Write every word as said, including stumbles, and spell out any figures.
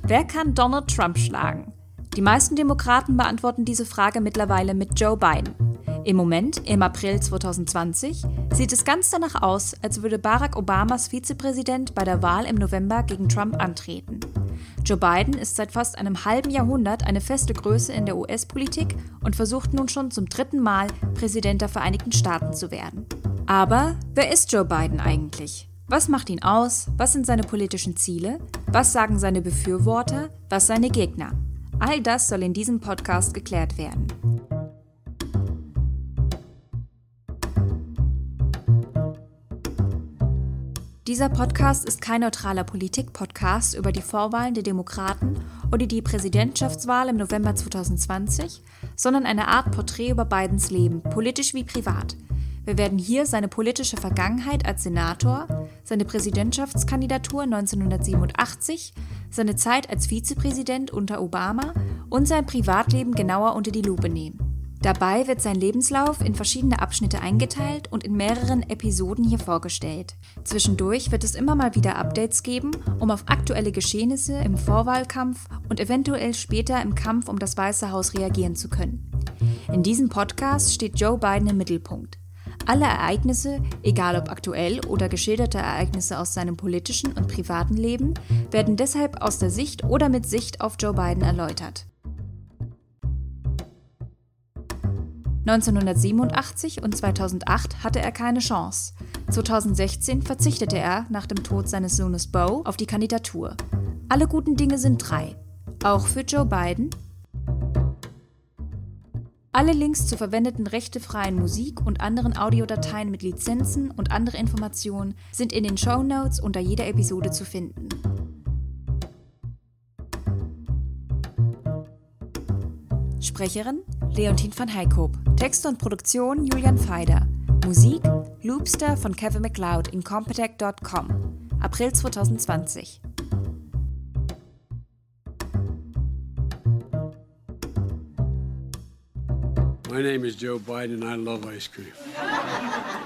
Wer kann Donald Trump schlagen? Die meisten Demokraten beantworten diese Frage mittlerweile mit Joe Biden. Im Moment, im April zwanzig zwanzig, sieht es ganz danach aus, als würde Barack Obamas Vizepräsident bei der Wahl im November gegen Trump antreten. Joe Biden ist seit fast einem halben Jahrhundert eine feste Größe in der U S-Politik und versucht nun schon zum dritten Mal, Präsident der Vereinigten Staaten zu werden. Aber wer ist Joe Biden eigentlich? Was macht ihn aus? Was sind seine politischen Ziele? Was sagen seine Befürworter? Was seine Gegner? All das soll in diesem Podcast geklärt werden. Dieser Podcast ist kein neutraler Politik-Podcast über die Vorwahlen der Demokraten oder die Präsidentschaftswahl im November zwanzig zwanzig, sondern eine Art Porträt über Bidens Leben, politisch wie privat. Wir werden hier seine politische Vergangenheit als Senator, seine Präsidentschaftskandidatur neunzehnhundertsiebenundachtzig, seine Zeit als Vizepräsident unter Obama und sein Privatleben genauer unter die Lupe nehmen. Dabei wird sein Lebenslauf in verschiedene Abschnitte eingeteilt und in mehreren Episoden hier vorgestellt. Zwischendurch wird es immer mal wieder Updates geben, um auf aktuelle Geschehnisse im Vorwahlkampf und eventuell später im Kampf um das Weiße Haus reagieren zu können. In diesem Podcast steht Joe Biden im Mittelpunkt. Alle Ereignisse, egal ob aktuell oder geschilderte Ereignisse aus seinem politischen und privaten Leben, werden deshalb aus der Sicht oder mit Sicht auf Joe Biden erläutert. neunzehnhundertsiebenundachtzig und zweitausendacht hatte er keine Chance. zweitausendsechzehn verzichtete er nach dem Tod seines Sohnes Beau auf die Kandidatur. Alle guten Dinge sind drei. Auch für Joe Biden. Alle Links zur verwendeten rechtefreien Musik und anderen Audiodateien mit Lizenzen und andere Informationen sind in den Shownotes unter jeder Episode zu finden. Sprecherin Leontien van Heikoop. Text und Produktion Julian Feider. Musik Loopster von Kevin MacLeod in Compotech Punkt com. April zwanzig zwanzig. My name is Joe Biden and I love ice cream.